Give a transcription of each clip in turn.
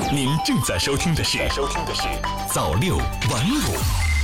您正在收听的是早六晚五。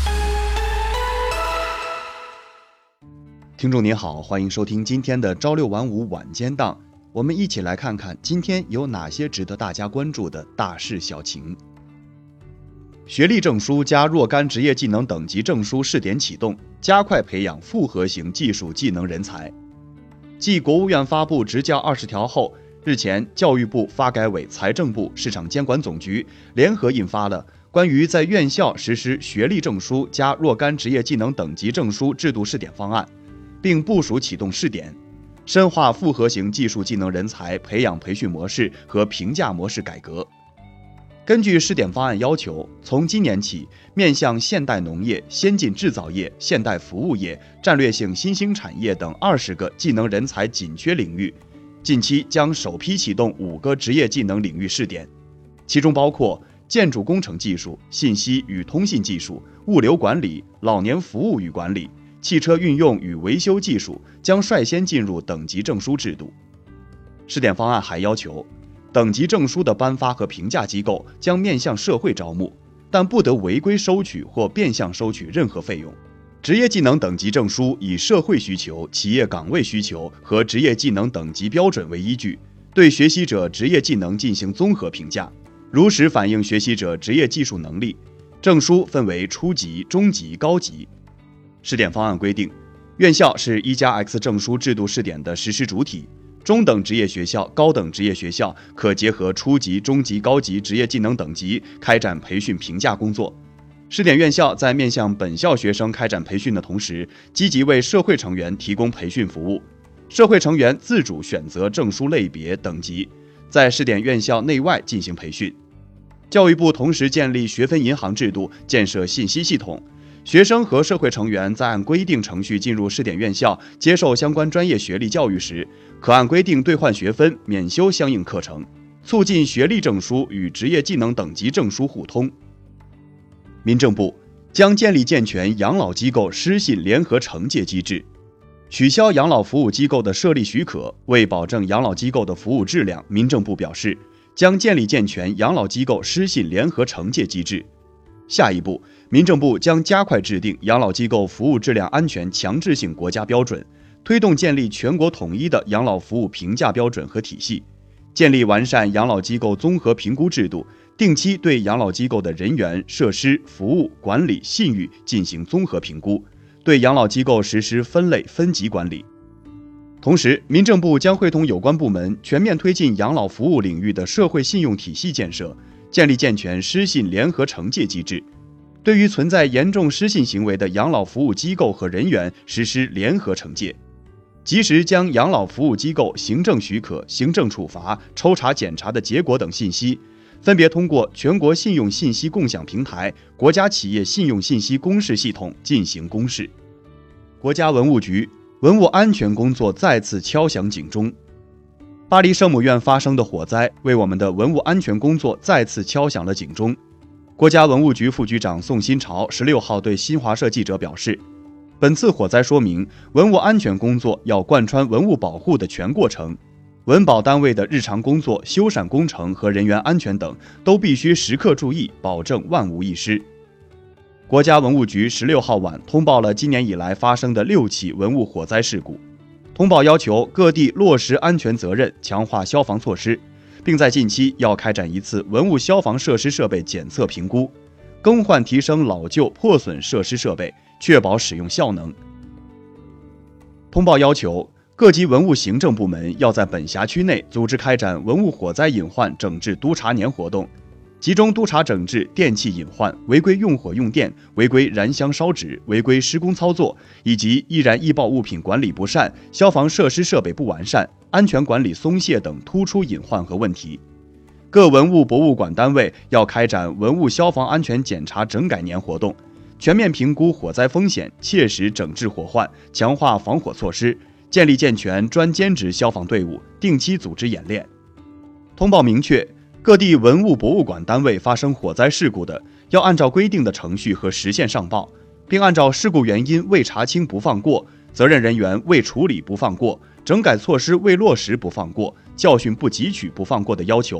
听众您好，欢迎收听今天的朝六晚五晚间档，我们一起来看看今天有哪些值得大家关注的大事小情。学历证书加若干职业技能等级证书试点启动，加快培养复合型技术技能人才。继国务院发布执教20条后，日前教育部、发改委、财政部、市场监管总局联合印发了关于在院校实施学历证书加若干职业技能等级证书制度试点方案，并部署启动试点，深化复合型技术技能人才培养培训模式和评价模式改革。根据试点方案要求，从今年起，面向现代农业、先进制造业、现代服务业、战略性新兴产业等20个技能人才紧缺领域，近期将首批启动5个职业技能领域试点，其中包括建筑工程技术、信息与通信技术、物流管理、老年服务与管理、汽车运用与维修技术将率先进入等级证书制度。试点方案还要求，等级证书的颁发和评价机构将面向社会招募，但不得违规收取或变相收取任何费用。职业技能等级证书以社会需求、企业岗位需求和职业技能等级标准为依据，对学习者职业技能进行综合评价，如实反映学习者职业技术能力。证书分为初级、中级、高级。试点方案规定，院校是1+X 证书制度试点的实施主体，中等职业学校、高等职业学校可结合初级、中级、高级职业技能等级开展培训评价工作。试点院校在面向本校学生开展培训的同时，积极为社会成员提供培训服务，社会成员自主选择证书类别等级，在试点院校内外进行培训。教育部同时建立学分银行制度，建设信息系统，学生和社会成员在按规定程序进入试点院校接受相关专业学历教育时，可按规定兑换学分，免修相应课程，促进学历证书与职业技能等级证书互通。民政部将建立健全养老机构失信联合惩戒机制，取消养老服务机构的设立许可。为保证养老机构的服务质量，民政部表示，将建立健全养老机构失信联合惩戒机制。下一步，民政部将加快制定养老机构服务质量安全强制性国家标准，推动建立全国统一的养老服务评价标准和体系，建立完善养老机构综合评估制度，定期对养老机构的人员、设施、服务、管理、信誉进行综合评估，对养老机构实施分类分级管理。同时，民政部将会同有关部门全面推进养老服务领域的社会信用体系建设，建立健全失信联合惩戒机制，对于存在严重失信行为的养老服务机构和人员实施联合惩戒，及时将养老服务机构行政许可、行政处罚、抽查检查的结果等信息，分别通过全国信用信息共享平台、国家企业信用信息公示系统进行公示。国家文物局文物安全工作再次敲响警钟。巴黎圣母院发生的火灾为我们的文物安全工作再次敲响了警钟。国家文物局副局长宋新潮16号对新华社记者表示，本次火灾说明文物安全工作要贯穿文物保护的全过程，文保单位的日常工作、修缮工程和人员安全等都必须时刻注意，保证万无一失。国家文物局16号晚通报了今年以来发生的6起文物火灾事故。通报要求各地落实安全责任，强化消防措施，并在近期要开展一次文物消防设施设备检测评估，更换提升老旧破损设施设备，确保使用效能。通报要求各级文物行政部门要在本辖区内组织开展文物火灾隐患整治督查年活动，集中督查整治电气隐患、违规用火用电、违规燃香烧纸、违规施工操作，以及易燃易爆物品管理不善、消防设施设备不完善、安全管理松懈等突出隐患和问题。各文物博物馆单位要开展文物消防安全检查整改年活动，全面评估火灾风险，切实整治火患，强化防火措施，建立健全专兼职消防队伍，定期组织演练。通报明确，各地文物博物馆单位发生火灾事故的，要按照规定的程序和时限上报，并按照事故原因未查清不放过、责任人员未处理不放过、整改措施未落实不放过、教训不汲取不放过的要求，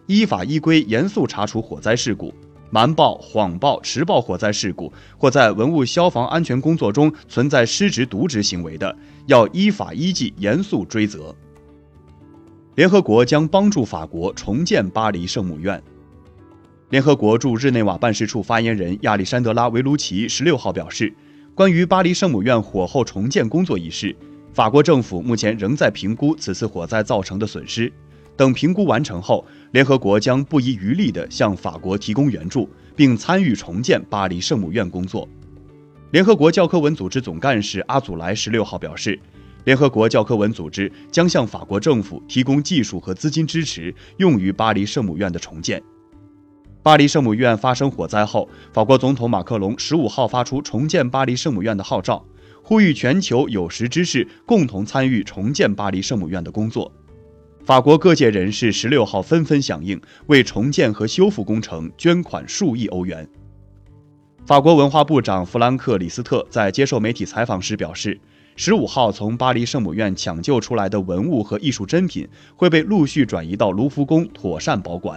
依法依规严肃查处火灾事故，瞒报、谎报、迟报火灾事故或在文物消防安全工作中存在失职渎职行为的，要依法依纪严肃追责。联合国将帮助法国重建巴黎圣母院。联合国驻日内瓦办事处发言人亚历山德拉·维卢奇16号表示，关于巴黎圣母院火后重建工作一事，法国政府目前仍在评估此次火灾造成的损失。等评估完成后，联合国将不遗余力地向法国提供援助，并参与重建巴黎圣母院工作。联合国教科文组织总干事阿祖莱16号表示，联合国教科文组织将向法国政府提供技术和资金支持，用于巴黎圣母院的重建。巴黎圣母院发生火灾后，法国总统马克龙15号发出重建巴黎圣母院的号召，呼吁全球有识之士共同参与重建巴黎圣母院的工作。法国各界人士16号纷纷响应，为重建和修复工程捐款数亿欧元。法国文化部长弗兰克·李斯特在接受媒体采访时表示，15号从巴黎圣母院抢救出来的文物和艺术珍品会被陆续转移到卢浮宫妥善保管。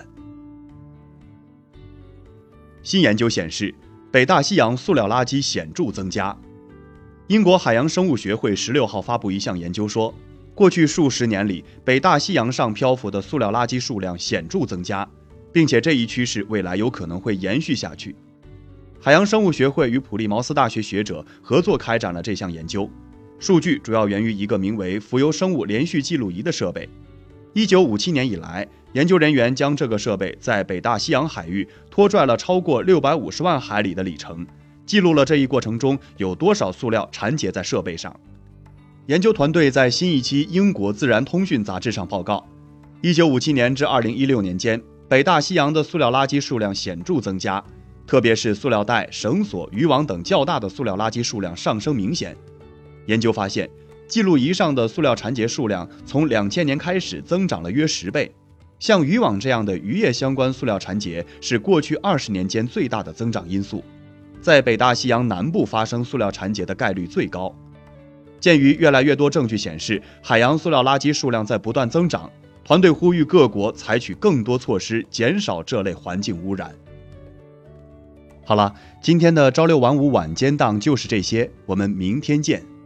新研究显示，北大西洋塑料垃圾显著增加。英国海洋生物学会16号发布一项研究说，过去数十年里，北大西洋上漂浮的塑料垃圾数量显著增加，并且这一趋势未来有可能会延续下去。海洋生物学会与普利茅斯大学学者合作开展了这项研究，数据主要源于一个名为浮游生物连续记录仪的设备。1957年以来，研究人员将这个设备在北大西洋海域拖拽了超过650万海里的里程，记录了这一过程中有多少塑料缠结在设备上。研究团队在新一期英国自然通讯杂志上报告，1957年至2016年间，北大西洋的塑料垃圾数量显著增加，特别是塑料袋、绳索、渔网等较大的塑料垃圾数量上升明显。研究发现，记录仪上的塑料缠结数量从2000年开始增长了约10倍。像渔网这样的渔业相关塑料缠结是过去20年间最大的增长因素，在北大西洋南部发生塑料缠结的概率最高。鉴于越来越多证据显示海洋塑料垃圾数量在不断增长，团队呼吁各国采取更多措施减少这类环境污染。好了，今天的朝六晚五晚间档就是这些，我们明天见。